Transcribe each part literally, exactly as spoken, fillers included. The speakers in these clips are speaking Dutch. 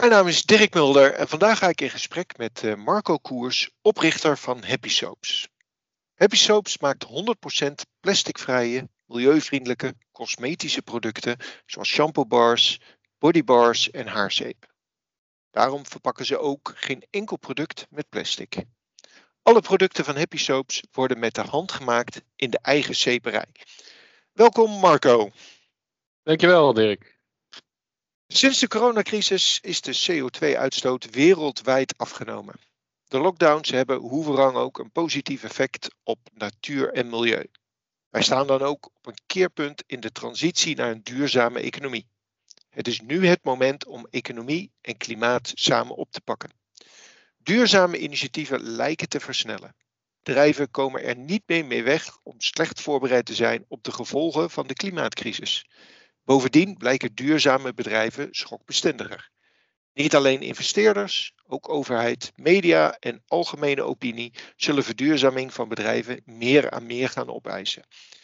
Mijn naam is Dirk Mulder en vandaag ga ik in gesprek met uh, Marco Koers, oprichter van Happy Soaps. Happy Soaps maakt honderd procent plasticvrije, milieuvriendelijke, cosmetische producten zoals shampoo bars, body bars en haarzeep. Daarom verpakken ze ook geen enkel product met plastic. Alle producten van Happy Soaps worden met de hand gemaakt in de eigen zeeperij. Welkom Marco. Dankjewel Dirk. Sinds de coronacrisis is de C O twee uitstoot wereldwijd afgenomen. De lockdowns hebben hoe verang ook een positief effect op natuur en milieu. Wij staan dan ook op een keerpunt in de transitie naar een duurzame economie. Het is nu het moment om economie en klimaat samen op te pakken. Duurzame initiatieven lijken te versnellen. Bedrijven komen er niet meer mee weg om slecht voorbereid te zijn op de gevolgen van de klimaatcrisis. Bovendien blijken duurzame bedrijven schokbestendiger. Niet alleen investeerders, ook overheid, media en algemene opinie zullen verduurzaming van bedrijven meer aan meer gaan opeisen.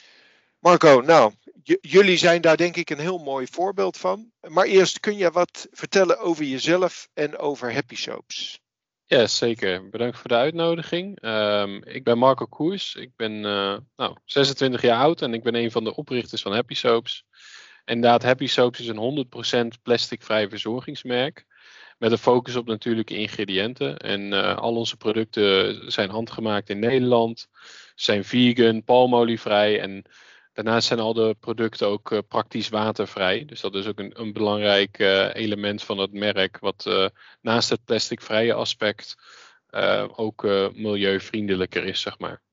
Marco, nou, j- jullie zijn daar denk ik een heel mooi voorbeeld van. Maar eerst kun je wat vertellen over jezelf en over Happy Soaps. Ja, zeker. Bedankt voor de uitnodiging. Um, ik ben Marco Koers. Ik ben uh, nou, zesentwintig jaar oud en ik ben een van de oprichters van Happy Soaps. En inderdaad, Happy Soaps is een honderd procent plasticvrij verzorgingsmerk. Met een focus op natuurlijke ingrediënten. En uh, al onze producten zijn handgemaakt in Nederland. Zijn vegan, palmolievrij. En daarnaast zijn al de producten ook uh, praktisch watervrij. Dus dat is ook een, een belangrijk uh, element van het merk. Wat uh, naast het plasticvrije aspect uh, ook uh, milieuvriendelijker is, zeg maar.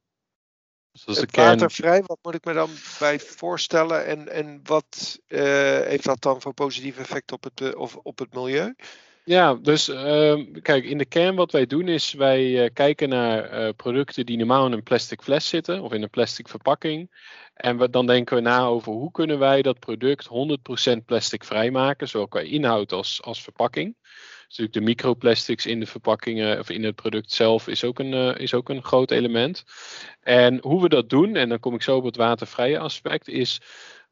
Dus dat is het de watervrij, kern... wat moet ik me dan bij voorstellen? En, en wat uh, heeft dat dan voor positief effect op het, uh, of op het milieu? Ja, dus uh, kijk, in de kern wat wij doen is wij uh, kijken naar uh, producten die normaal in een plastic fles zitten of in een plastic verpakking. En we, dan denken we na over hoe kunnen wij dat product honderd procent plastic vrijmaken, zowel qua inhoud als, als verpakking. Dus natuurlijk de microplastics in de verpakkingen of in het product zelf is ook, een, uh, is ook een groot element. En hoe we dat doen, en dan kom ik zo op het watervrije aspect, is...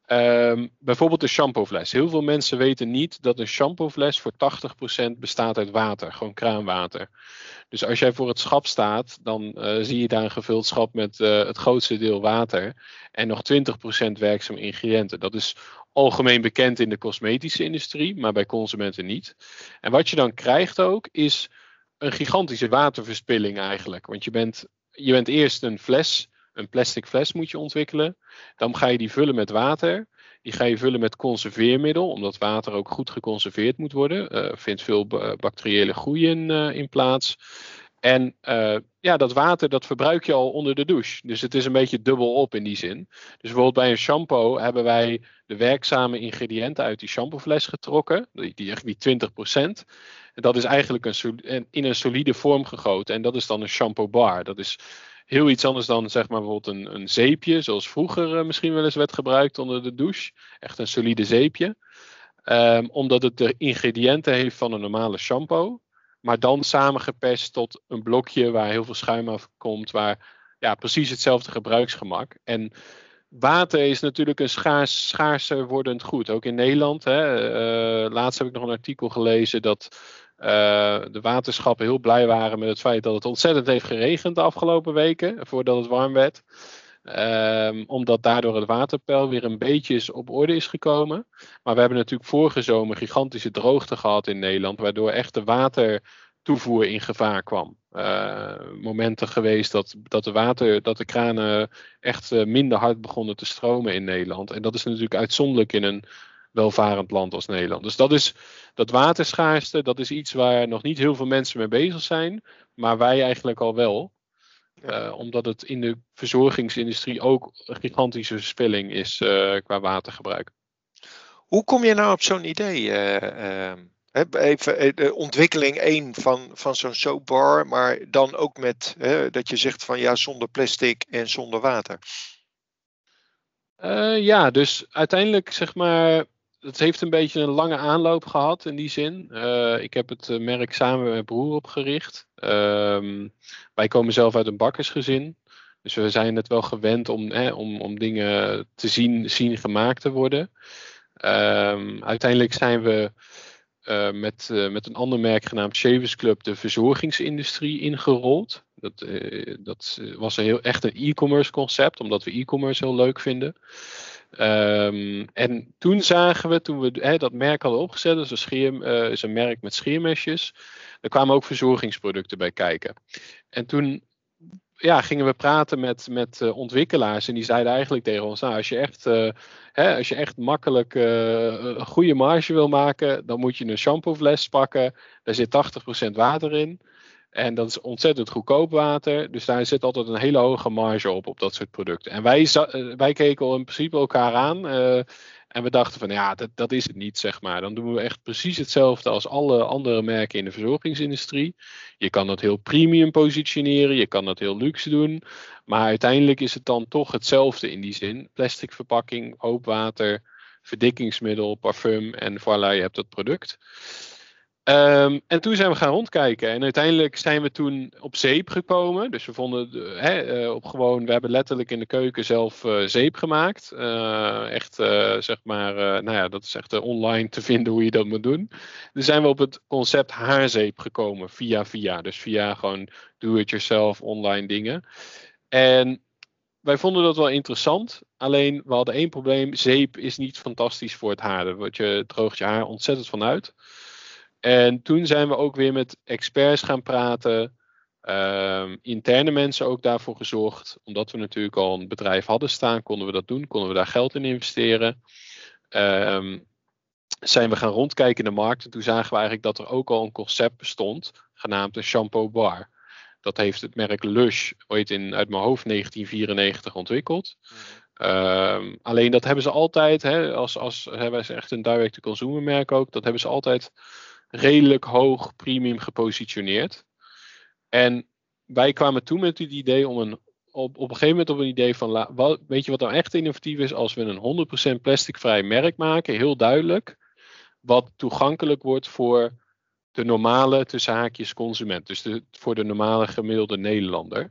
Um, bijvoorbeeld de shampoofles. Heel veel mensen weten niet dat een shampoofles voor tachtig procent bestaat uit water. Gewoon kraanwater. Dus als jij voor het schap staat, dan uh, zie je daar een gevuld schap met uh, het grootste deel water. En nog twintig procent werkzame ingrediënten. Dat is algemeen bekend in de cosmetische industrie, maar bij consumenten niet. En wat je dan krijgt ook, is een gigantische waterverspilling eigenlijk. Want je bent, je bent eerst een fles... Een plastic fles moet je ontwikkelen. Dan ga je die vullen met water. Die ga je vullen met conserveermiddel. Omdat water ook goed geconserveerd moet worden. Er uh, vindt veel bacteriële groei in, uh, in plaats. En uh, ja, dat water dat verbruik je al onder de douche. Dus het is een beetje dubbel op in die zin. Dus bijvoorbeeld bij een shampoo hebben wij de werkzame ingrediënten uit die shampoofles getrokken. Die, die, die twintig procent. En dat is eigenlijk een, in een solide vorm gegoten. En dat is dan een shampoo bar. Dat is... Heel iets anders dan zeg maar bijvoorbeeld een, een zeepje, zoals vroeger uh, misschien wel eens werd gebruikt onder de douche. Echt een solide zeepje. Um, omdat het de ingrediënten heeft van een normale shampoo. Maar dan samengeperst tot een blokje waar heel veel schuim afkomt. Waar ja, precies hetzelfde gebruiksgemak. En water is natuurlijk een schaars, schaarser wordend goed. Ook in Nederland. Hè. Uh, laatst heb ik nog een artikel gelezen dat... Uh, de waterschappen heel blij waren met het feit dat het ontzettend heeft geregend de afgelopen weken, voordat het warm werd. Um, omdat daardoor het waterpeil weer een beetje op orde is gekomen. Maar we hebben natuurlijk vorige zomer gigantische droogte gehad in Nederland, waardoor echt de watertoevoer in gevaar kwam. Uh, momenten geweest dat, dat, de water, dat de kranen echt uh, minder hard begonnen te stromen in Nederland. En dat is natuurlijk uitzonderlijk in een welvarend land als Nederland. Dus dat is dat waterschaarste, dat is iets waar nog niet heel veel mensen mee bezig zijn, maar wij eigenlijk al wel. Uh, omdat het in de verzorgingsindustrie ook een gigantische verspilling is uh, qua watergebruik. Hoe kom je nou op zo'n idee? Uh, uh, even de ontwikkeling één van, van zo'n soapbar, maar dan ook met uh, dat je zegt van ja, zonder plastic en zonder water. Uh, ja, dus uiteindelijk zeg maar, het heeft een beetje een lange aanloop gehad in die zin. Uh, ik heb het merk samen met mijn broer opgericht. Um, wij komen zelf uit een bakkersgezin. Dus we zijn het wel gewend om, hè, om, om dingen te zien, zien gemaakt te worden. Um, uiteindelijk zijn we uh, met, uh, met een ander merk genaamd Shavers Club de verzorgingsindustrie ingerold. Dat, uh, dat was een heel, echt een e-commerce concept, omdat we e-commerce heel leuk vinden. Um, en toen zagen we, toen we hè, dat merk hadden opgezet, dus een scheer, uh, is een merk met scheermesjes, er kwamen ook verzorgingsproducten bij kijken. En toen ja, gingen we praten met, met uh, ontwikkelaars en die zeiden eigenlijk tegen ons, nou, als je echt, uh, hè, als je echt makkelijk uh, een goede marge wil maken, dan moet je een shampoofles pakken, daar zit tachtig procent water in. En dat is ontzettend goedkoop water. Dus daar zit altijd een hele hoge marge op, op dat soort producten. En wij, wij keken al in principe elkaar aan. Uh, en we dachten van, ja, dat, dat is het niet, zeg maar. Dan doen we echt precies hetzelfde als alle andere merken in de verzorgingsindustrie. Je kan dat heel premium positioneren. Je kan dat heel luxe doen. Maar uiteindelijk is het dan toch hetzelfde in die zin. Plastic verpakking, hoop water, verdikkingsmiddel, parfum en voilà, je hebt dat product. Um, en toen zijn we gaan rondkijken en uiteindelijk zijn we toen op zeep gekomen. Dus we vonden, hè, uh, op gewoon, we hebben letterlijk in de keuken zelf uh, zeep gemaakt. Uh, echt, uh, zeg maar, uh, nou ja, dat is echt uh, online te vinden hoe je dat moet doen. Dus zijn we op het concept haarzeep gekomen, via via. Dus via gewoon do-it-yourself online dingen. En wij vonden dat wel interessant, alleen we hadden één probleem. Zeep is niet fantastisch voor het haar, want je droogt je haar ontzettend van uit. En toen zijn we ook weer met experts gaan praten. Um, interne mensen ook daarvoor gezorgd. Omdat we natuurlijk al een bedrijf hadden staan, konden we dat doen. Konden we daar geld in investeren. Um, zijn we gaan rondkijken in de markt. En toen zagen we eigenlijk dat er ook al een concept bestond. Genaamd een shampoo bar. Dat heeft het merk Lush ooit in, uit mijn hoofd, negentien vierennegentig ontwikkeld. Um, alleen dat hebben ze altijd, hè, als, als hebben ze echt een direct-to-consumer merk ook. Dat hebben ze altijd redelijk hoog premium gepositioneerd. En wij kwamen toen met het idee om een, op, op een gegeven moment op een idee van, la, wat, weet je wat nou echt innovatief is? Als we een honderd procent plasticvrij merk maken, heel duidelijk, wat toegankelijk wordt voor de normale, tussen haakjes, consument. Dus de, voor de normale gemiddelde Nederlander.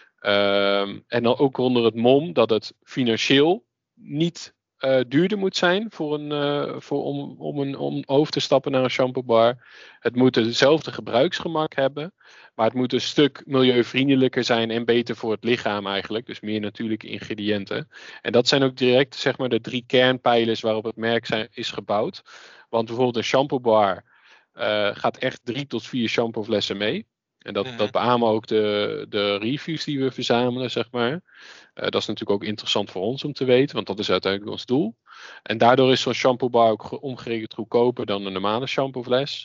Um, en dan ook onder het mom dat het financieel niet Uh, duurder moet zijn voor een, uh, voor om, om, een, om over te stappen naar een shampoobar. Het moet hetzelfde gebruiksgemak hebben, maar het moet een stuk milieuvriendelijker zijn en beter voor het lichaam eigenlijk. Dus meer natuurlijke ingrediënten. En dat zijn ook direct, zeg maar, de drie kernpijlers waarop het merk zijn, is gebouwd. Want bijvoorbeeld een shampoobar uh, gaat echt drie tot vier shampooflessen mee. En dat, mm-hmm. dat beamen ook de, de reviews die we verzamelen, zeg maar. Uh, dat is natuurlijk ook interessant voor ons om te weten, want dat is uiteindelijk ons doel. En daardoor is zo'n shampoobar ook omgerekend goedkoper dan een normale shampoofles.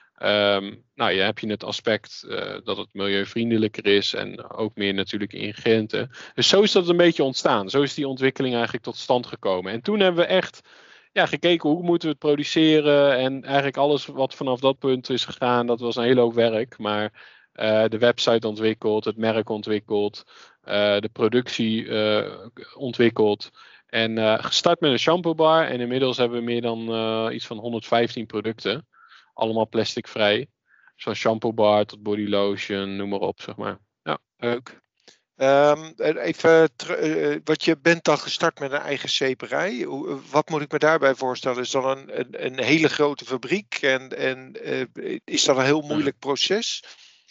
Um, nou, je heb je het aspect uh, dat het milieuvriendelijker is en ook meer natuurlijke ingrediënten. Dus zo is dat een beetje ontstaan. Zo is die ontwikkeling eigenlijk tot stand gekomen. En toen hebben we echt ja, gekeken hoe moeten we het produceren en eigenlijk alles wat vanaf dat punt is gegaan, dat was een hele hoop werk, maar Uh, de website ontwikkeld, het merk ontwikkeld, uh, de productie uh, ontwikkeld. En uh, gestart met een shampoobar en inmiddels hebben we meer dan uh, iets van honderdvijftien producten. Allemaal plasticvrij. Zo'n shampoobar tot body lotion, noem maar op, zeg maar. Ja. Leuk. Um, even, uh, wat je bent dan gestart met een eigen zeeperij. Wat moet ik me daarbij voorstellen? Is dat een, een, een hele grote fabriek en, en uh, is dat een heel moeilijk proces?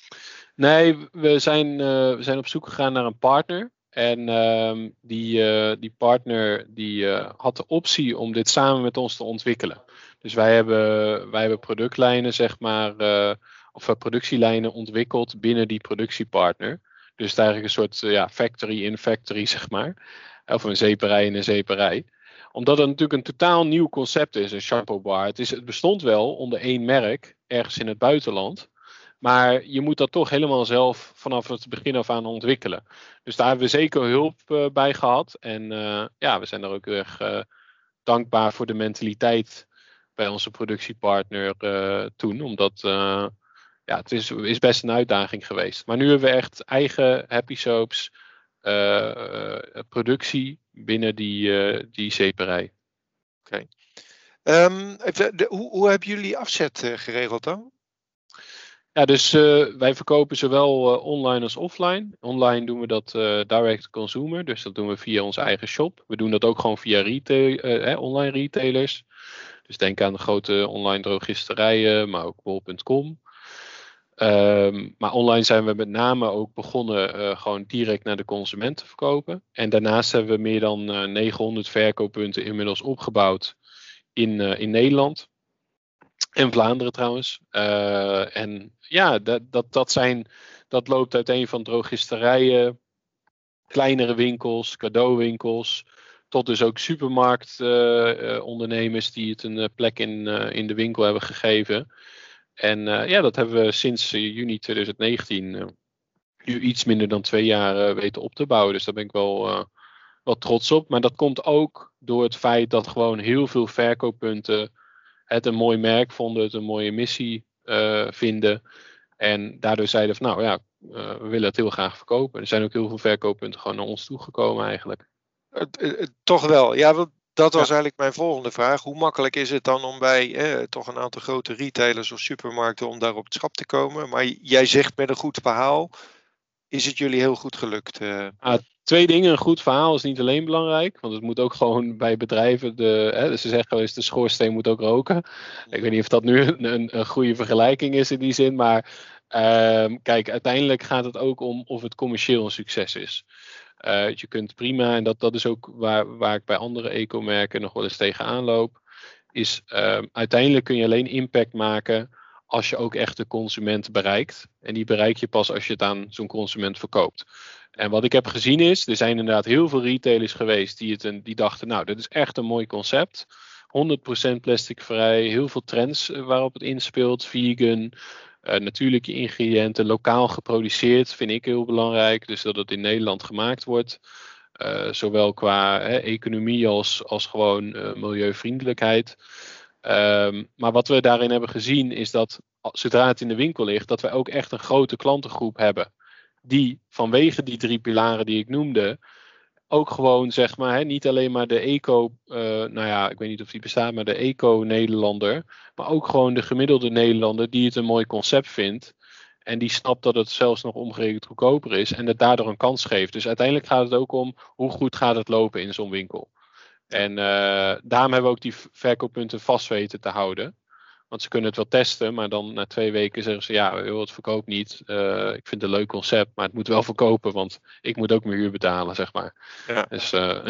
Nee, we zijn, uh, we zijn op zoek gegaan naar een partner. En uh, die, uh, die partner die, uh, had de optie om dit samen met ons te ontwikkelen. Dus wij hebben, wij hebben productlijnen, zeg maar, uh, of uh, productielijnen ontwikkeld binnen die productiepartner. Dus het is eigenlijk een soort uh, ja, factory in factory, zeg maar. Of een zeeperij in een zeeperij. Omdat het natuurlijk een totaal nieuw concept is, een shampoobar. Het, is, het bestond wel onder één merk, ergens in het buitenland. Maar je moet dat toch helemaal zelf vanaf het begin af aan ontwikkelen. Dus daar hebben we zeker hulp uh, bij gehad. En uh, ja, we zijn er ook heel erg uh, dankbaar voor de mentaliteit bij onze productiepartner uh, toen. Omdat uh, ja, het is, is best een uitdaging geweest. Maar nu hebben we echt eigen Happy Soaps uh, uh, productie binnen die, uh, die zeeperij. Oké. Um, hoe, hoe hebben jullie afzet uh, geregeld dan? Ja, dus uh, wij verkopen zowel uh, online als offline. Online doen we dat uh, direct to consumer, dus dat doen we via onze eigen shop. We doen dat ook gewoon via retail, uh, eh, online retailers. Dus denk aan de grote online drogisterijen, maar ook bol punt com. Um, maar online zijn we met name ook begonnen uh, gewoon direct naar de consument te verkopen. En daarnaast hebben we meer dan uh, negenhonderd verkooppunten inmiddels opgebouwd in, uh, in Nederland. En Vlaanderen trouwens. Uh, en ja, dat, dat, dat, zijn, dat loopt uiteen van drogisterijen, kleinere winkels, cadeauwinkels, tot dus ook supermarktondernemers uh, uh, die het een uh, plek in, uh, in de winkel hebben gegeven. En uh, ja, dat hebben we sinds uh, juni twintig negentien uh, nu iets minder dan twee jaar uh, weten op te bouwen. Dus daar ben ik wel, uh, wel trots op. Maar dat komt ook door het feit dat gewoon heel veel verkooppunten het een mooi merk vonden, het een mooie missie uh, vinden. En daardoor zeiden van nou ja, uh, we willen het heel graag verkopen. Er zijn ook heel veel verkooppunten gewoon naar ons toegekomen eigenlijk. Uh, uh, toch wel, ja, want dat was ja. eigenlijk mijn volgende vraag. Hoe makkelijk is het dan om bij eh, toch een aantal grote retailers of supermarkten om daar op het schap te komen? Maar jij zegt met een goed verhaal, is het jullie heel goed gelukt? Uh... Ah, twee dingen. Een goed verhaal is niet alleen belangrijk. Want het moet ook gewoon bij bedrijven, de, hè, dus ze zeggen wel eens de schoorsteen moet ook roken. Ik weet niet of dat nu een, een, een goede vergelijking is in die zin. Maar uh, kijk, uiteindelijk gaat het ook om of het commercieel een succes is. Uh, je kunt prima, en dat, dat is ook waar, waar ik bij andere eco-merken nog wel eens tegenaan loop, is uh, uiteindelijk kun je alleen impact maken als je ook echt de consument bereikt. En die bereik je pas als je het aan zo'n consument verkoopt. En wat ik heb gezien is, er zijn inderdaad heel veel retailers geweest die, het een, die dachten, nou, dit is echt een mooi concept. honderd procent plasticvrij, heel veel trends waarop het inspeelt, vegan, uh, natuurlijke ingrediënten, lokaal geproduceerd, vind ik heel belangrijk. Dus dat het in Nederland gemaakt wordt. Uh, zowel qua hè, economie als, als gewoon uh, milieuvriendelijkheid. Um, maar wat we daarin hebben gezien is dat zodra het in de winkel ligt, dat wij ook echt een grote klantengroep hebben. Die vanwege die drie pilaren die ik noemde, ook gewoon zeg maar, hè, niet alleen maar de eco, uh, nou ja, ik weet niet of die bestaat, maar de eco-Nederlander. Maar ook gewoon de gemiddelde Nederlander die het een mooi concept vindt. En die snapt dat het zelfs nog omgerekend goedkoper is en het daardoor een kans geeft. Dus uiteindelijk gaat het ook om hoe goed gaat het lopen in zo'n winkel. En uh, daarom hebben we ook die verkooppunten vast weten te houden. Want ze kunnen het wel testen, maar dan na twee weken zeggen ze, ja, joh, het verkoopt niet. Uh, ik vind het een leuk concept, maar het moet wel verkopen, want ik moet ook mijn huur betalen, zeg maar. Ja. Dus, uh...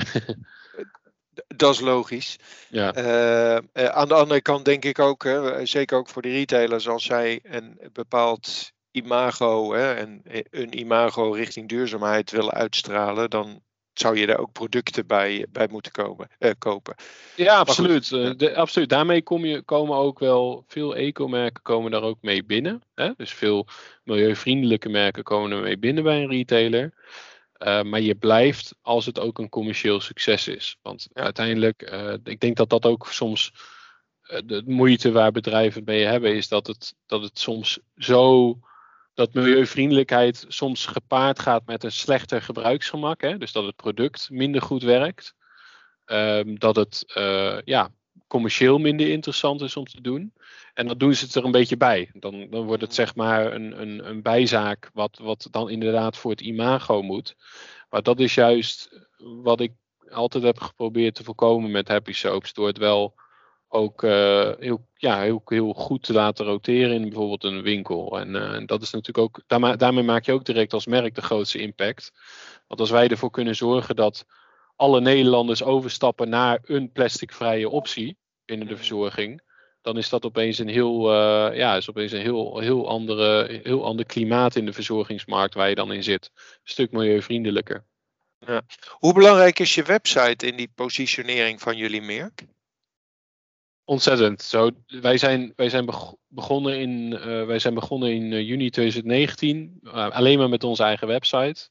dat is logisch. Ja. Uh, uh, aan de andere kant denk ik ook, hè, zeker ook voor de retailers, als zij een bepaald imago, hè, en een imago richting duurzaamheid willen uitstralen, dan zou je daar ook producten bij, bij moeten komen, uh, kopen. Ja, absoluut. Uh, de, absoluut. Daarmee kom je, komen ook wel veel eco-merken komen daar ook mee binnen. Hè? Dus veel milieuvriendelijke merken komen er mee binnen bij een retailer. Uh, maar je blijft als het ook een commercieel succes is. Want ja. uiteindelijk, uh, ik denk dat dat ook soms uh, de moeite waar bedrijven mee hebben, is dat het, dat het soms zo, dat milieuvriendelijkheid soms gepaard gaat met een slechter gebruiksgemak. Hè? Dus dat het product minder goed werkt. Um, dat het uh, ja, commercieel minder interessant is om te doen. En dan doen ze het er een beetje bij. Dan, dan wordt het zeg maar een, een, een bijzaak wat, wat dan inderdaad voor het imago moet. Maar dat is juist wat ik altijd heb geprobeerd te voorkomen met Happy Soaps. Door het wel ook uh, heel, ja, heel, heel goed te laten roteren in bijvoorbeeld een winkel. En uh, dat is natuurlijk ook, daarmee, daarmee maak je ook direct als merk de grootste impact. Want als wij ervoor kunnen zorgen dat alle Nederlanders overstappen naar een plasticvrije optie binnen de verzorging, dan is dat opeens een heel, uh, ja, is opeens een heel, heel, andere, heel ander klimaat in de verzorgingsmarkt waar je dan in zit. Een stuk milieuvriendelijker. Ja. Hoe belangrijk is je website in die positionering van jullie merk? Ontzettend. Zo, wij, zijn, wij, zijn begonnen in, uh, wij zijn begonnen in uh, juni twintig negentien, uh, alleen maar met onze eigen website.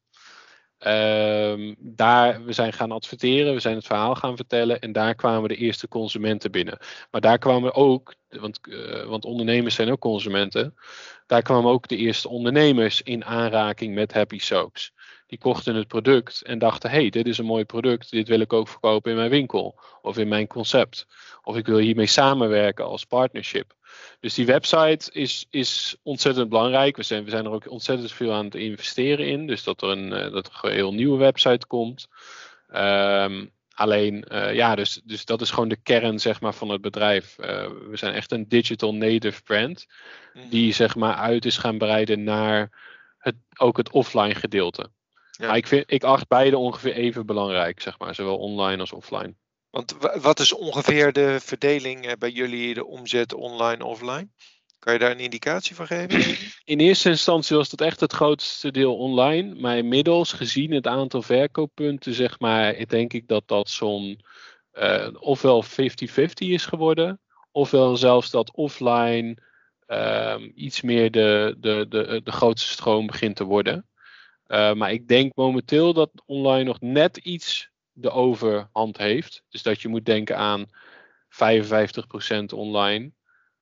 Uh, daar, we zijn gaan adverteren, we zijn het verhaal gaan vertellen en daar kwamen de eerste consumenten binnen. Maar daar kwamen ook, want, uh, want ondernemers zijn ook consumenten, daar kwamen ook de eerste ondernemers in aanraking met Happy Soaps. Die kochten het product en dachten, hey, dit is een mooi product, dit wil ik ook verkopen in mijn winkel of in mijn concept. Of ik wil hiermee samenwerken als partnership. Dus die website is, is ontzettend belangrijk. We zijn, we zijn er ook ontzettend veel aan het investeren in. Dus dat er een, dat er een heel nieuwe website komt. Um, Alleen, uh, ja, dus, dus dat is gewoon de kern, zeg maar, van het bedrijf. Uh, we zijn echt een digital native brand Mm-hmm. die, zeg maar, uit is gaan breiden naar het, ook het offline gedeelte. Ja. Maar ik, vind, ik acht beide ongeveer even belangrijk, zeg maar, zowel online als offline. Want w- wat is ongeveer de verdeling uh, bij jullie, de omzet online, offline? Kan je daar een indicatie van geven? In eerste instantie was dat echt het grootste deel online. Maar inmiddels, gezien het aantal verkooppunten, zeg maar, denk ik dat dat zo'n uh, ofwel vijftig vijftig is geworden. Ofwel zelfs dat offline uh, iets meer de, de, de, de grootste stroom begint te worden. Uh, maar ik denk momenteel dat online nog net iets de overhand heeft. Dus dat je moet denken aan vijfenvijftig procent online.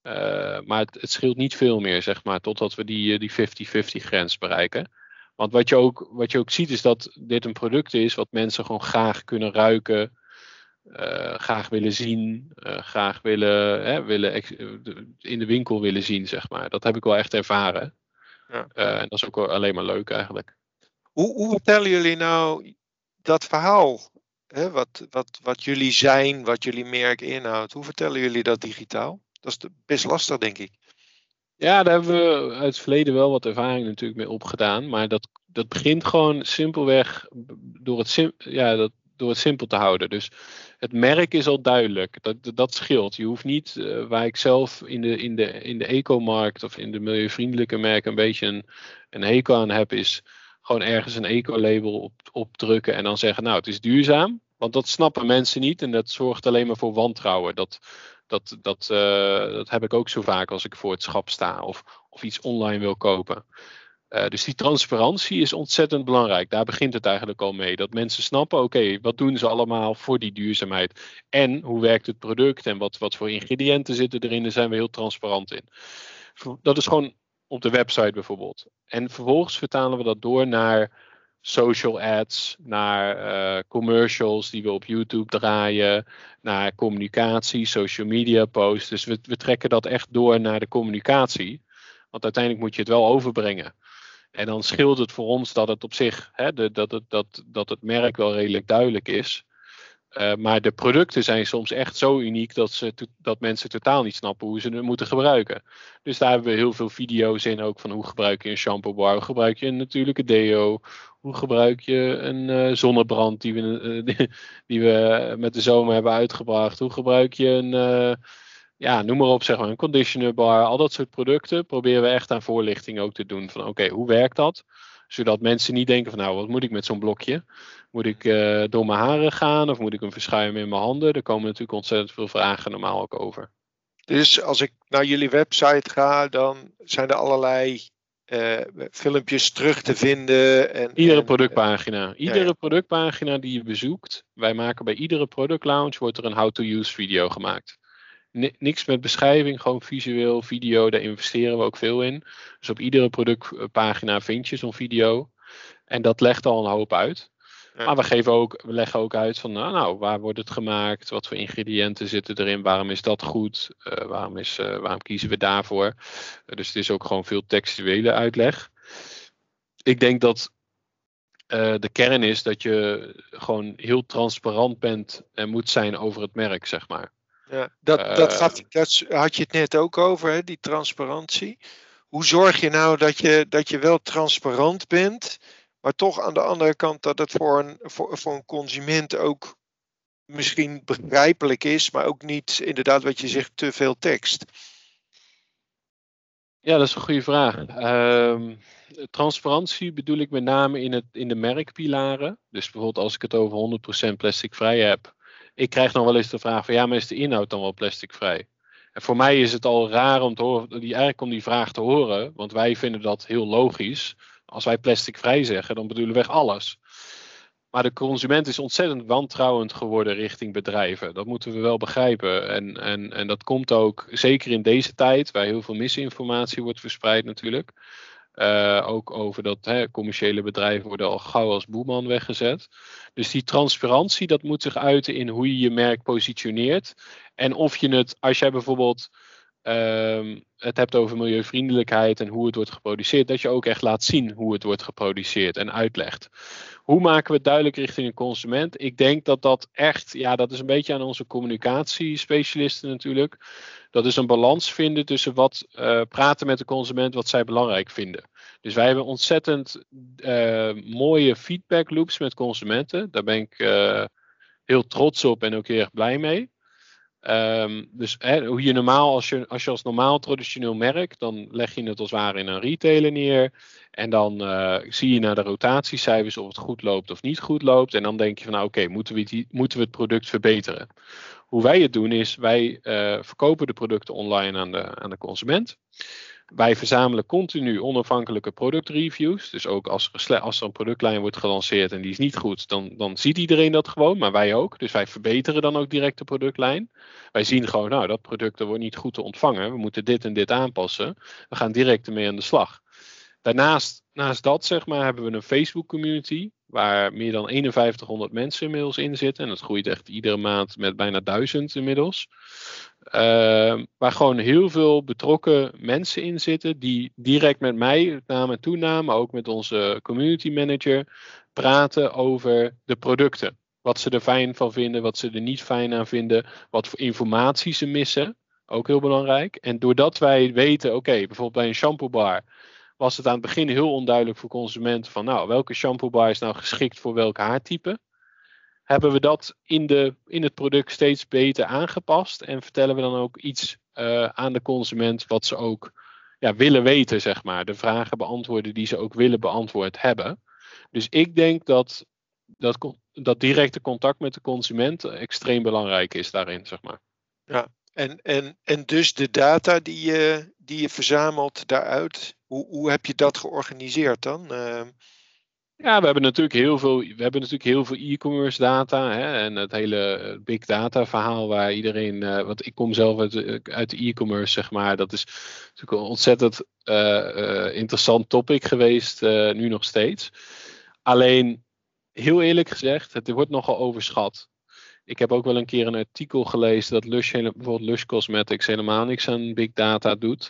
Uh, maar het, het scheelt niet veel meer, zeg maar, totdat we die, die vijftig vijftig grens bereiken. Want wat je, ook, wat je ook ziet is dat dit een product is wat mensen gewoon graag kunnen ruiken, uh, graag willen zien, uh, graag willen, hè, willen ex- in de winkel willen zien, zeg maar. Dat heb ik wel echt ervaren. Ja. Uh, en dat is ook alleen maar leuk eigenlijk. Hoe, hoe vertellen jullie nou dat verhaal? Hè, wat, wat, wat jullie zijn, wat jullie merk inhoudt. Hoe vertellen jullie dat digitaal? Dat is best lastig, denk ik. Ja, daar hebben we uit het verleden wel wat ervaring natuurlijk mee opgedaan. Maar dat, dat begint gewoon simpelweg door het, sim, ja, dat, door het simpel te houden. Dus het merk is al duidelijk. Dat, dat scheelt. Je hoeft niet, uh, waar ik zelf in de, in de, in de eco-markt of in de milieuvriendelijke merken een beetje een, een hekel aan heb, is gewoon ergens een eco-label op, op drukken en dan zeggen, nou, het is duurzaam. Want dat snappen mensen niet en dat zorgt alleen maar voor wantrouwen. Dat, dat, dat, uh, dat heb ik ook zo vaak als ik voor het schap sta of, of iets online wil kopen. Uh, dus die transparantie is ontzettend belangrijk. Daar begint het eigenlijk al mee. Dat mensen snappen, oké, okay, wat doen ze allemaal voor die duurzaamheid? En hoe werkt het product? En wat, wat voor ingrediënten zitten erin? Daar zijn we heel transparant in. Dat is gewoon op de website bijvoorbeeld. En vervolgens vertalen we dat door naar social ads, naar uh, commercials die we op YouTube draaien, naar communicatie, social media posts. Dus we, we trekken dat echt door naar de communicatie. Want uiteindelijk moet je het wel overbrengen. En dan scheelt het voor ons dat het op zich, hè, de, dat, het, dat, dat het merk wel redelijk duidelijk is. Uh, maar de producten zijn soms echt zo uniek dat, ze, dat mensen totaal niet snappen hoe ze het moeten gebruiken. Dus daar hebben we heel veel video's in ook van hoe gebruik je een shampoo bar, hoe gebruik je een natuurlijke deo, hoe gebruik je een uh, zonnebrand die we, uh, die, die we met de zomer hebben uitgebracht, hoe gebruik je een, uh, ja, noem maar op, zeg maar, een conditioner bar, al dat soort producten proberen we echt aan voorlichting ook te doen van oké, okay, hoe werkt dat? Zodat mensen niet denken van nou, wat moet ik met zo'n blokje? Moet ik uh, door mijn haren gaan of moet ik hem verschuimen in mijn handen? Er komen natuurlijk ontzettend veel vragen normaal ook over. Dus als ik naar jullie website ga, dan zijn er allerlei uh, filmpjes terug te vinden. En, iedere en, productpagina. Iedere ja, ja. productpagina die je bezoekt. Wij maken bij iedere product launch wordt er een how-to-use video gemaakt. N- niks met beschrijving, gewoon visueel, video, daar investeren we ook veel in. Dus op iedere productpagina vind je zo'n video. En dat legt al een hoop uit. Ja. Maar we, geven ook, we leggen ook uit van, nou, nou, waar wordt het gemaakt? Wat voor ingrediënten zitten erin? Waarom is dat goed? Uh, waarom, is, uh, waarom kiezen we daarvoor? Uh, dus het is ook gewoon veel textuele uitleg. Ik denk dat uh, de kern is dat je gewoon heel transparant bent en moet zijn over het merk, zeg maar. Ja, dat, uh, dat, gaat, dat had je het net ook over, hè, die transparantie. Hoe zorg je nou dat je, dat je wel transparant bent, maar toch aan de andere kant dat het voor een, voor, voor een consument ook misschien begrijpelijk is, maar ook niet inderdaad wat je zegt, te veel tekst? Ja, dat is een goede vraag. Uh, transparantie bedoel ik met name in, het, in de merkpilaren. Dus bijvoorbeeld als ik het over honderd procent plasticvrij heb. Ik krijg nog wel eens de vraag van ja, maar is de inhoud dan wel plasticvrij? En voor mij is het al raar om te horen, die, eigenlijk om die vraag te horen, want wij vinden dat heel logisch. Als wij plasticvrij zeggen, dan bedoelen we echt alles. Maar de consument is ontzettend wantrouwend geworden richting bedrijven. Dat moeten we wel begrijpen. En, en, en dat komt ook, zeker in deze tijd, waar heel veel misinformatie wordt verspreid natuurlijk. Uh, ook over dat hè, commerciële bedrijven worden al gauw als boeman weggezet. Dus die transparantie, dat moet zich uiten in hoe je je merk positioneert. En of je het, als jij bijvoorbeeld um, het hebt over milieuvriendelijkheid en hoe het wordt geproduceerd, dat je ook echt laat zien hoe het wordt geproduceerd en uitlegt. Hoe maken we het duidelijk richting een consument? Ik denk dat dat echt, ja, dat is een beetje aan onze communicatiespecialisten natuurlijk. Dat is een balans vinden tussen wat uh, praten met de consument, wat zij belangrijk vinden. Dus wij hebben ontzettend uh, mooie feedback loops met consumenten. Daar ben ik uh, heel trots op en ook heel erg blij mee. Um, dus hè, hoe je normaal, als je, als je als normaal traditioneel merk, dan leg je het als het ware in een retailer neer. En dan uh, zie je naar de rotatiecijfers of het goed loopt of niet goed loopt. En dan denk je van nou oké, okay, moeten, we het, moeten we het product verbeteren? Hoe wij het doen is, wij uh, verkopen de producten online aan de, aan de consument. Wij verzamelen continu onafhankelijke productreviews. Dus ook als er, als er een productlijn wordt gelanceerd en die is niet goed, dan, dan ziet iedereen dat gewoon, maar wij ook. Dus wij verbeteren dan ook direct de productlijn. Wij zien gewoon, nou, dat product wordt niet goed te ontvangen. We moeten dit en dit aanpassen. We gaan direct ermee aan de slag. Daarnaast, naast dat, zeg maar, hebben we een Facebook community waar meer dan eenenvijftighonderd mensen inmiddels in zitten. En dat groeit echt iedere maand met bijna duizend inmiddels. Uh, waar gewoon heel veel betrokken mensen in zitten die direct met mij, met naam en toenaam, maar ook met onze community manager, praten over de producten. Wat ze er fijn van vinden, wat ze er niet fijn aan vinden, wat voor informatie ze missen. Ook heel belangrijk. En doordat wij weten, oké, okay, bijvoorbeeld bij een shampoo bar was het aan het begin heel onduidelijk voor consumenten van nou, welke shampoo bar is nou geschikt voor welk haartype. Hebben we dat in, de, in het product steeds beter aangepast en vertellen we dan ook iets uh, aan de consument wat ze ook ja, willen weten, zeg maar. De vragen beantwoorden die ze ook willen beantwoord hebben. Dus ik denk dat dat, dat directe contact met de consument extreem belangrijk is daarin, zeg maar. Ja, en, en, en dus de data die je, die je verzamelt daaruit, hoe, hoe heb je dat georganiseerd dan? Uh... Ja, we hebben natuurlijk heel veel, we hebben natuurlijk heel veel e-commerce data hè, en het hele big data verhaal waar iedereen, uh, want ik kom zelf uit, uit de e-commerce zeg maar, dat is natuurlijk een ontzettend uh, uh, interessant topic geweest, uh, nu nog steeds. Alleen, heel eerlijk gezegd, het wordt nogal overschat. Ik heb ook wel een keer een artikel gelezen dat Lush, bijvoorbeeld Lush Cosmetics helemaal niks aan big data doet.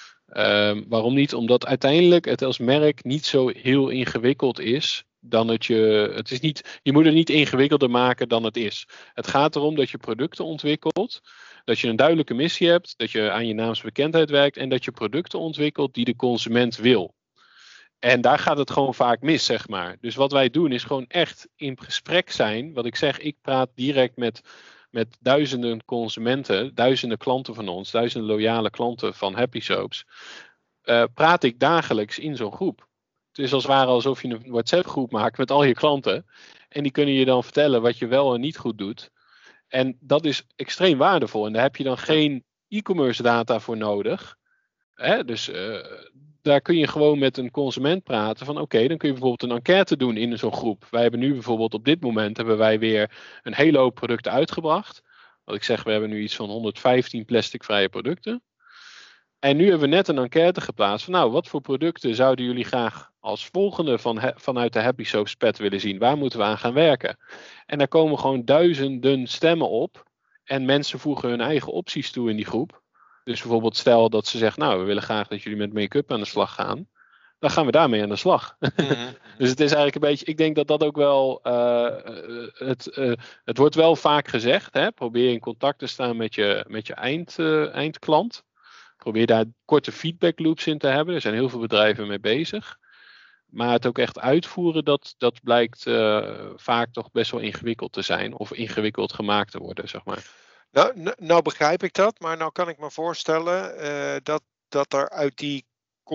Um, waarom niet? Omdat uiteindelijk het als merk niet zo heel ingewikkeld is. Dan het je, het is niet, je moet het niet ingewikkelder maken dan het is. Het gaat erom dat je producten ontwikkelt. Dat je een duidelijke missie hebt. Dat je aan je naamsbekendheid werkt. En dat je producten ontwikkelt die de consument wil. En daar gaat het gewoon vaak mis, zeg maar. Dus wat wij doen is gewoon echt in gesprek zijn. Wat ik zeg, ik praat direct met... met duizenden consumenten, duizenden klanten van ons, duizenden loyale klanten van Happy Soaps, uh, praat ik dagelijks in zo'n groep. Het is als het ware alsof je een WhatsApp groep maakt met al je klanten en die kunnen je dan vertellen wat je wel en niet goed doet. En dat is extreem waardevol en daar heb je dan geen e-commerce data voor nodig. Hè? Dus uh, daar kun je gewoon met een consument praten van oké, okay, dan kun je bijvoorbeeld een enquête doen in zo'n groep. Wij hebben nu bijvoorbeeld op dit moment hebben wij weer een hele hoop producten uitgebracht. Wat ik zeg, we hebben nu iets van honderdvijftien plasticvrije producten. En nu hebben we net een enquête geplaatst van nou, wat voor producten zouden jullie graag als volgende van he, vanuit de Happy Soaps pad willen zien? Waar moeten we aan gaan werken? En daar komen gewoon duizenden stemmen op. En mensen voegen hun eigen opties toe in die groep. Dus bijvoorbeeld stel dat ze zegt, nou we willen graag dat jullie met make-up aan de slag gaan. Dan gaan we daarmee aan de slag. Mm-hmm. Dus het is eigenlijk een beetje, ik denk dat dat ook wel, uh, het, uh, het wordt wel vaak gezegd. Hè? Probeer in contact te staan met je, met je eind, uh, eindklant. Probeer daar korte feedback loops in te hebben. Er zijn heel veel bedrijven mee bezig. Maar het ook echt uitvoeren, dat, dat blijkt uh, vaak toch best wel ingewikkeld te zijn. Of ingewikkeld gemaakt te worden, zeg maar. Nou, nou, nou begrijp ik dat, maar nou kan ik me voorstellen uh, dat, dat er uit die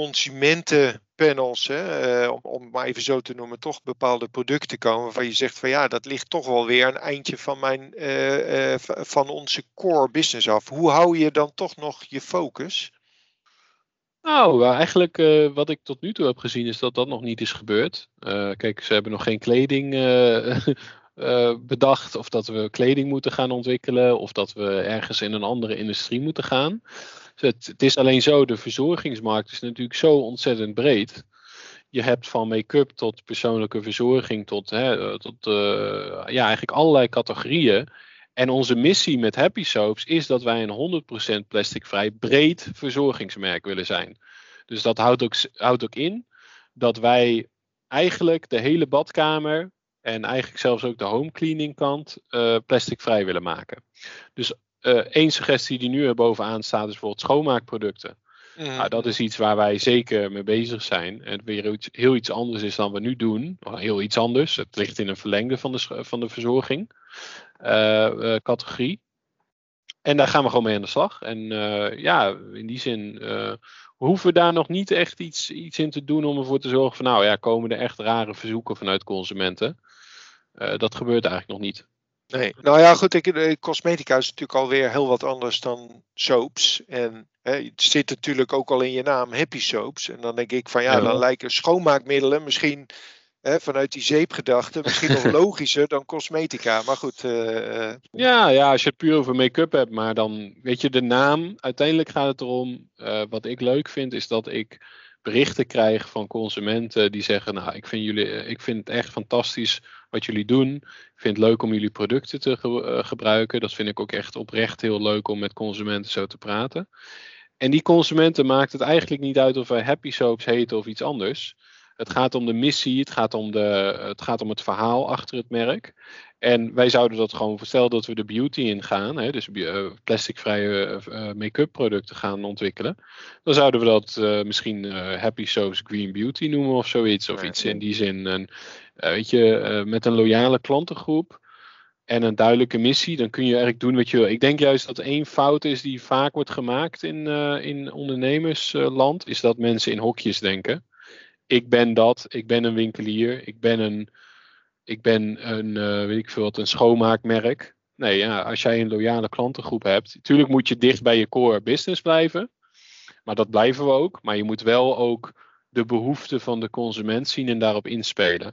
consumentenpanels, hè, uh, om, om het maar even zo te noemen, toch bepaalde producten komen waarvan je zegt van ja, dat ligt toch wel weer een eindje van, mijn, uh, uh, van onze core business af. Hoe hou je dan toch nog je focus? Nou, eigenlijk uh, wat ik tot nu toe heb gezien is dat dat nog niet is gebeurd. Uh, kijk, ze hebben nog geen kleding uh, uh, bedacht of dat we kleding moeten gaan ontwikkelen of dat we ergens in een andere industrie moeten gaan. Dus het, het is alleen zo, de verzorgingsmarkt is natuurlijk zo ontzettend breed. Je hebt van make-up tot persoonlijke verzorging tot, hè, tot uh, ja, eigenlijk allerlei categorieën. En onze missie met Happy Soaps is dat wij een honderd procent plasticvrij breed verzorgingsmerk willen zijn. Dus dat houdt ook, houdt ook in dat wij eigenlijk de hele badkamer en eigenlijk zelfs ook de home cleaning kant uh, plasticvrij willen maken. Dus uh, één suggestie die nu er bovenaan staat is bijvoorbeeld schoonmaakproducten. Mm-hmm. Nou, dat is iets waar wij zeker mee bezig zijn. En weer iets, heel iets anders is dan we nu doen. Heel iets anders. Het ligt in een verlengde van de, van de verzorging. Uh, uh, categorie. En daar gaan we gewoon mee aan de slag. En uh, ja, in die zin uh, we hoeven daar nog niet echt iets, iets in te doen om ervoor te zorgen van nou ja, komen er echt rare verzoeken vanuit consumenten. Uh, dat gebeurt eigenlijk nog niet. Nee, nou ja goed, ik, cosmetica is natuurlijk alweer heel wat anders dan soaps. En hè, het zit natuurlijk ook al in je naam, Happy Soaps. En dan denk ik van ja, ja. dan lijken schoonmaakmiddelen misschien hè, vanuit die zeepgedachte misschien nog logischer dan cosmetica. Maar goed. Uh, ja, ja, als je het puur over make-up hebt, maar dan weet je de naam. Uiteindelijk gaat het erom, uh, wat ik leuk vind, is dat ik berichten krijg van consumenten die zeggen, nou, ik vind, jullie, ik vind het echt fantastisch wat jullie doen. Ik vind het leuk om jullie producten te ge- uh, gebruiken. Dat vind ik ook echt oprecht heel leuk om met consumenten zo te praten. En die consumenten maakt het eigenlijk niet uit of wij Happy Soaps heten of iets anders. Het gaat om de missie, het gaat om, de, het gaat om het verhaal achter het merk. En wij zouden dat gewoon, stel dat we de beauty ingaan, hè, dus uh, plasticvrije uh, make-up producten gaan ontwikkelen. Dan zouden we dat uh, misschien uh, Happy Soaps Green Beauty noemen of zoiets. Of ja, iets in die zin. En, uh, weet je, uh, met een loyale klantengroep en een duidelijke missie, dan kun je eigenlijk doen wat je wil. Ik denk juist dat één fout is die vaak wordt gemaakt in, uh, in ondernemersland, is dat mensen in hokjes denken. Ik ben dat, ik ben een winkelier, ik ben een, ik ben een, uh, weet ik veel wat, een schoonmaakmerk. Nee, ja, als jij een loyale klantengroep hebt, natuurlijk moet je dicht bij je core business blijven. Maar dat blijven we ook. Maar je moet wel ook de behoeften van de consument zien en daarop inspelen.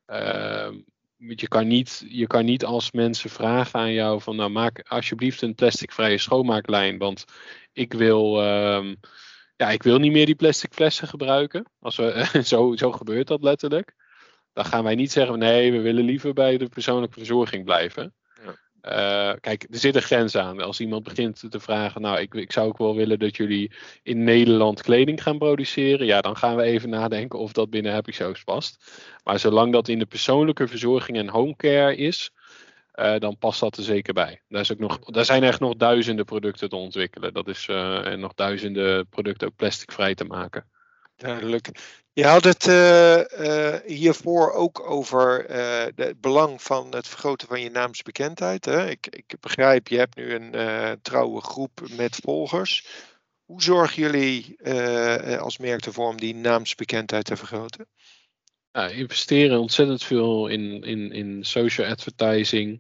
Uh, je, kan niet, je kan niet als mensen vragen aan jou van nou maak alsjeblieft een plasticvrije schoonmaaklijn. Want ik wil... Uh, Ja, ik wil niet meer die plastic flessen gebruiken. Als we, zo, zo gebeurt dat letterlijk. Dan gaan wij niet zeggen, nee, we willen liever bij de persoonlijke verzorging blijven. Ja. Uh, kijk, er zit een grens aan. Als iemand begint te vragen, nou, ik, ik zou ook wel willen dat jullie in Nederland kleding gaan produceren. Ja, dan gaan we even nadenken of dat binnen Happy Soaps past. Maar zolang dat in de persoonlijke verzorging en homecare is, Uh, dan past dat er zeker bij. Daar, is ook nog, daar zijn echt nog duizenden producten te ontwikkelen. Dat is uh, en nog duizenden producten ook plasticvrij te maken. Duidelijk. Je had het uh, uh, hiervoor ook over uh, het belang van het vergroten van je naamsbekendheid. Hè? Ik, ik begrijp, je hebt nu een uh, trouwe groep met volgers. Hoe zorgen jullie uh, als merk ervoor om die naamsbekendheid te vergroten? Ja, investeren ontzettend veel in, in, in social advertising.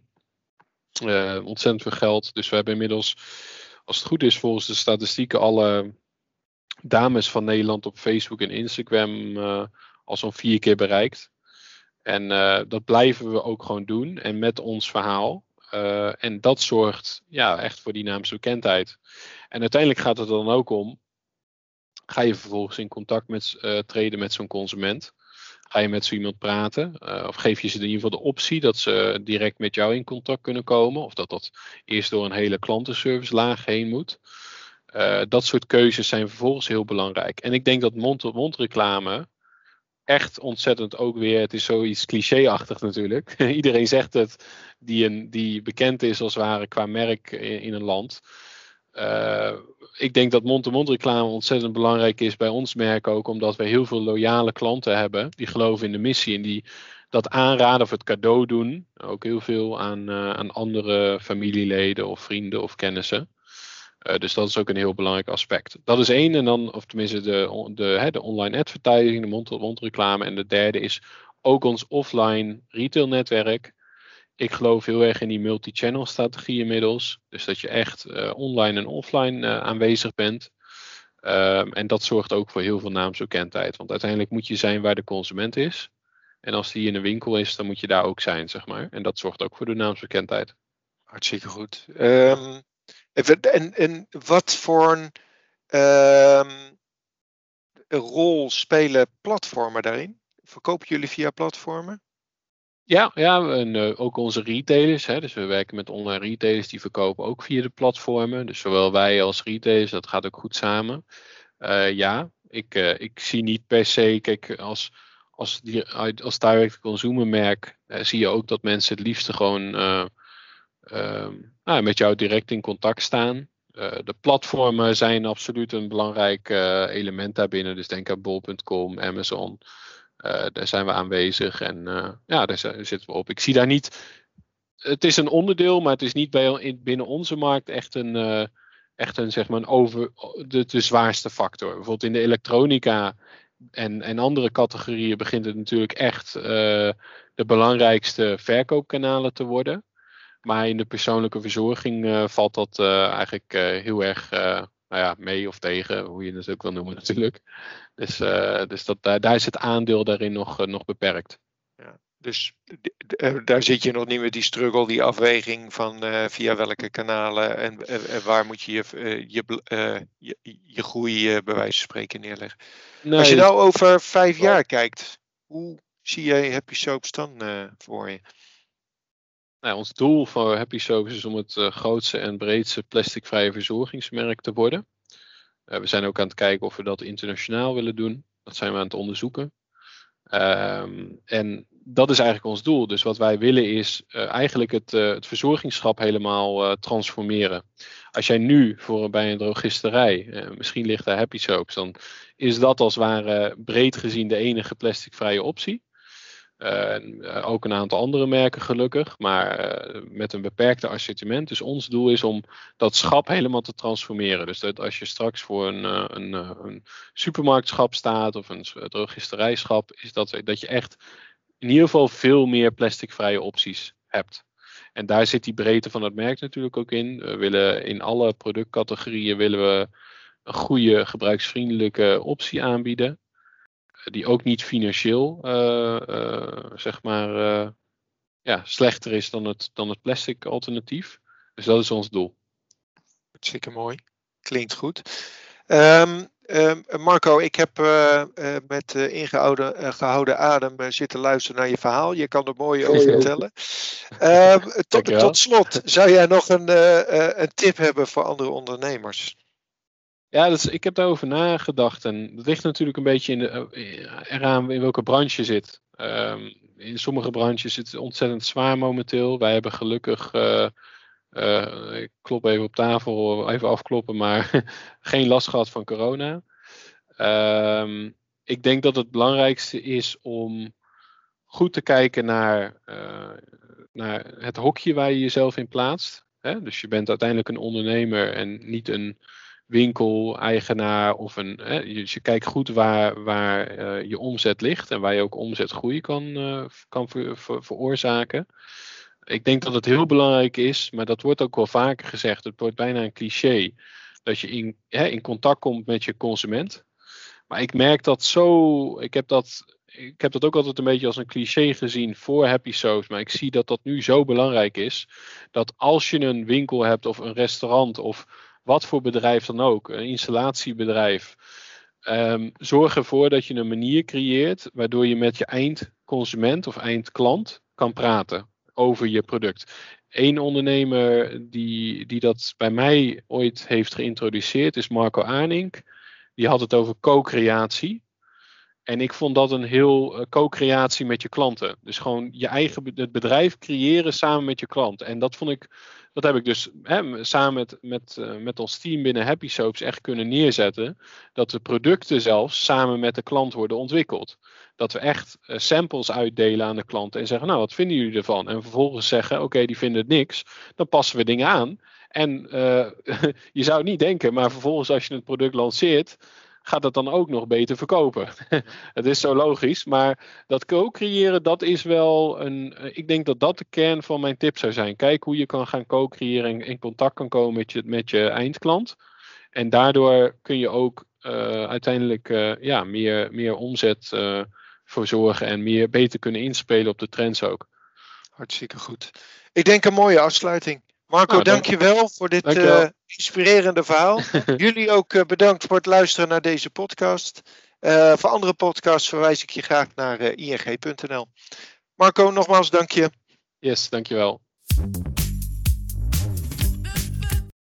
Uh, ontzettend veel geld. Dus we hebben inmiddels, als het goed is volgens de statistieken, alle dames van Nederland op Facebook en Instagram uh, al zo'n vier keer bereikt. En uh, dat blijven we ook gewoon doen. En met ons verhaal. Uh, en dat zorgt ja, echt voor die naamsbekendheid. En uiteindelijk gaat het er dan ook om. Ga je vervolgens in contact met, uh, treden met zo'n consument. Ga je met zo iemand praten? Uh, of geef je ze in ieder geval de optie dat ze direct met jou in contact kunnen komen? Of dat dat eerst door een hele klantenservice laag heen moet? Uh, dat soort keuzes zijn vervolgens heel belangrijk. En ik denk dat mond-tot-mond reclame echt ontzettend ook weer, het is zoiets cliché-achtig natuurlijk. Iedereen zegt het, die, een, die bekend is als het ware qua merk in, in een land. Uh, ik denk dat mond-to-mond reclame ontzettend belangrijk is bij ons merk ook, omdat we heel veel loyale klanten hebben die geloven in de missie en die dat aanraden of het cadeau doen. Ook heel veel aan, uh, aan andere familieleden of vrienden of kennissen. Uh, dus dat is ook een heel belangrijk aspect. Dat is één. En dan, of tenminste de, de, hè, de online advertising, de mond-tot-mond reclame. En de derde is ook ons offline retail netwerk. Ik geloof heel erg in die multi-channel strategie inmiddels. Dus dat je echt uh, online en offline uh, aanwezig bent. Um, en dat zorgt ook voor heel veel naamsbekendheid. Want uiteindelijk moet je zijn waar de consument is. En als die in een winkel is, dan moet je daar ook zijn, zeg maar. En dat zorgt ook voor de naamsbekendheid. Hartstikke goed. Um, en, en wat voor een um, rol spelen platformen daarin? Verkopen jullie via platformen? Ja, ja en uh, ook onze retailers. Hè, dus we werken met online retailers die verkopen ook via de platformen. Dus zowel wij als retailers, dat gaat ook goed samen. Uh, ja, ik, uh, ik zie niet per se, kijk, als, als, die, als direct consumer merk uh, zie je ook dat mensen het liefste gewoon uh, uh, nou, met jou direct in contact staan. Uh, de platformen zijn absoluut een belangrijk uh, element daarbinnen. Dus denk aan bol punt com, Amazon. Uh, daar zijn we aanwezig en uh, ja, daar zitten we op. Ik zie daar niet, het is een onderdeel, maar het is niet bij, binnen onze markt echt een, uh, echt een, zeg maar een over, de, de zwaarste factor. Bijvoorbeeld in de elektronica en, en andere categorieën begint het natuurlijk echt uh, de belangrijkste verkoopkanalen te worden. Maar in de persoonlijke verzorging uh, valt dat uh, eigenlijk uh, heel erg uh, nou ja, mee of tegen, hoe je het ook wil noemen natuurlijk. Dus, uh, dus dat, daar, daar is het aandeel daarin nog, uh, nog beperkt. Ja, dus uh, daar zit je nog niet met die struggle, die afweging van uh, via welke kanalen en, uh, en waar moet je je, uh, je, uh, je, je groei uh, bij wijze van spreken neerleggen. Nee. Als je nou over vijf jaar kijkt, hoe zie jij Happy Soaps dan uh, voor je? Nou, ons doel voor Happy Soaps is om het uh, grootste en breedste plasticvrije verzorgingsmerk te worden. Uh, we zijn ook aan het kijken of we dat internationaal willen doen. Dat zijn we aan het onderzoeken. Um, en dat is eigenlijk ons doel. Dus wat wij willen is uh, eigenlijk het, uh, het verzorgingsschap helemaal uh, transformeren. Als jij nu voor, bij een drogisterij, uh, misschien ligt daar Happy Soaps, dan is dat als het ware breed gezien de enige plasticvrije optie. Uh, ook een aantal andere merken gelukkig, maar uh, met een beperkte assortiment. Dus ons doel is om dat schap helemaal te transformeren. Dus dat als je straks voor een, uh, een, uh, een supermarktschap staat of een drogisterijschap, is dat, dat je echt in ieder geval veel meer plasticvrije opties hebt. En daar zit die breedte van het merk natuurlijk ook in. We willen in alle productcategorieën willen we een goede gebruiksvriendelijke optie aanbieden. Die ook niet financieel uh, uh, zeg maar uh, ja, slechter is dan het, dan het plastic alternatief. Dus dat is ons doel. Hartstikke mooi. Klinkt goed. Um, um, Marco, ik heb uh, uh, met uh, ingehouden uh, gehouden adem uh, zitten luisteren naar je verhaal. Je kan er mooi over vertellen. Um, tot, tot slot, zou jij nog een, uh, uh, een tip hebben voor andere ondernemers? Ja, dat is, ik heb daarover nagedacht. En dat ligt natuurlijk een beetje in de, eraan in welke branche je zit. Um, in sommige branches is het ontzettend zwaar momenteel. Wij hebben gelukkig, uh, uh, ik klop even op tafel, even afkloppen, maar geen last gehad van corona. Um, ik denk dat het belangrijkste is om goed te kijken naar, uh, naar het hokje waar je jezelf in plaatst. Hè? Dus je bent uiteindelijk een ondernemer en niet een winkel-eigenaar of een. Hè, dus je kijkt goed waar, waar uh, je omzet ligt en waar je ook omzetgroei kan, uh, kan ver, ver, veroorzaken. Ik denk dat het heel belangrijk is, maar dat wordt ook wel vaker gezegd. Het wordt bijna een cliché dat je in, hè, in contact komt met je consument. Maar ik merk dat zo. Ik heb dat. Ik heb dat ook altijd een beetje als een cliché gezien voor Happy Soaps. Maar ik zie dat dat nu zo belangrijk is. Dat als je een winkel hebt of een restaurant of wat voor bedrijf dan ook, een installatiebedrijf. Um, zorg ervoor dat je een manier creëert waardoor je met je eindconsument of eindklant kan praten over je product. Eén ondernemer die, die dat bij mij ooit heeft geïntroduceerd is Marco Arnink. Die had het over co-creatie. En ik vond dat een heel uh, co-creatie met je klanten. Dus gewoon je eigen het bedrijf creëren samen met je klant. En dat vond ik, dat heb ik dus hè, samen met, met, uh, met ons team binnen Happy Soaps echt kunnen neerzetten. Dat de producten zelfs samen met de klant worden ontwikkeld. Dat we echt uh, samples uitdelen aan de klanten en zeggen, nou wat vinden jullie ervan? En vervolgens zeggen, oké, okay, die vinden het niks. Dan passen we dingen aan. En uh, je zou het niet denken, maar vervolgens als je het product lanceert, gaat het dan ook nog beter verkopen. Het is zo logisch, maar dat co-creëren, dat is wel een. Ik denk dat dat de kern van mijn tip zou zijn. Kijk hoe je kan gaan co-creëren en in contact kan komen met je, met je eindklant. En daardoor kun je ook uh, uiteindelijk uh, ja, meer, meer omzet uh, voor zorgen en meer beter kunnen inspelen op de trends ook. Hartstikke goed. Ik denk een mooie afsluiting. Marco, nou, dank je wel voor dit uh, inspirerende verhaal. Jullie ook uh, bedankt voor het luisteren naar deze podcast. Uh, voor andere podcasts verwijs ik je graag naar uh, i n g punt n l. Marco, nogmaals dank je. Yes, dankjewel.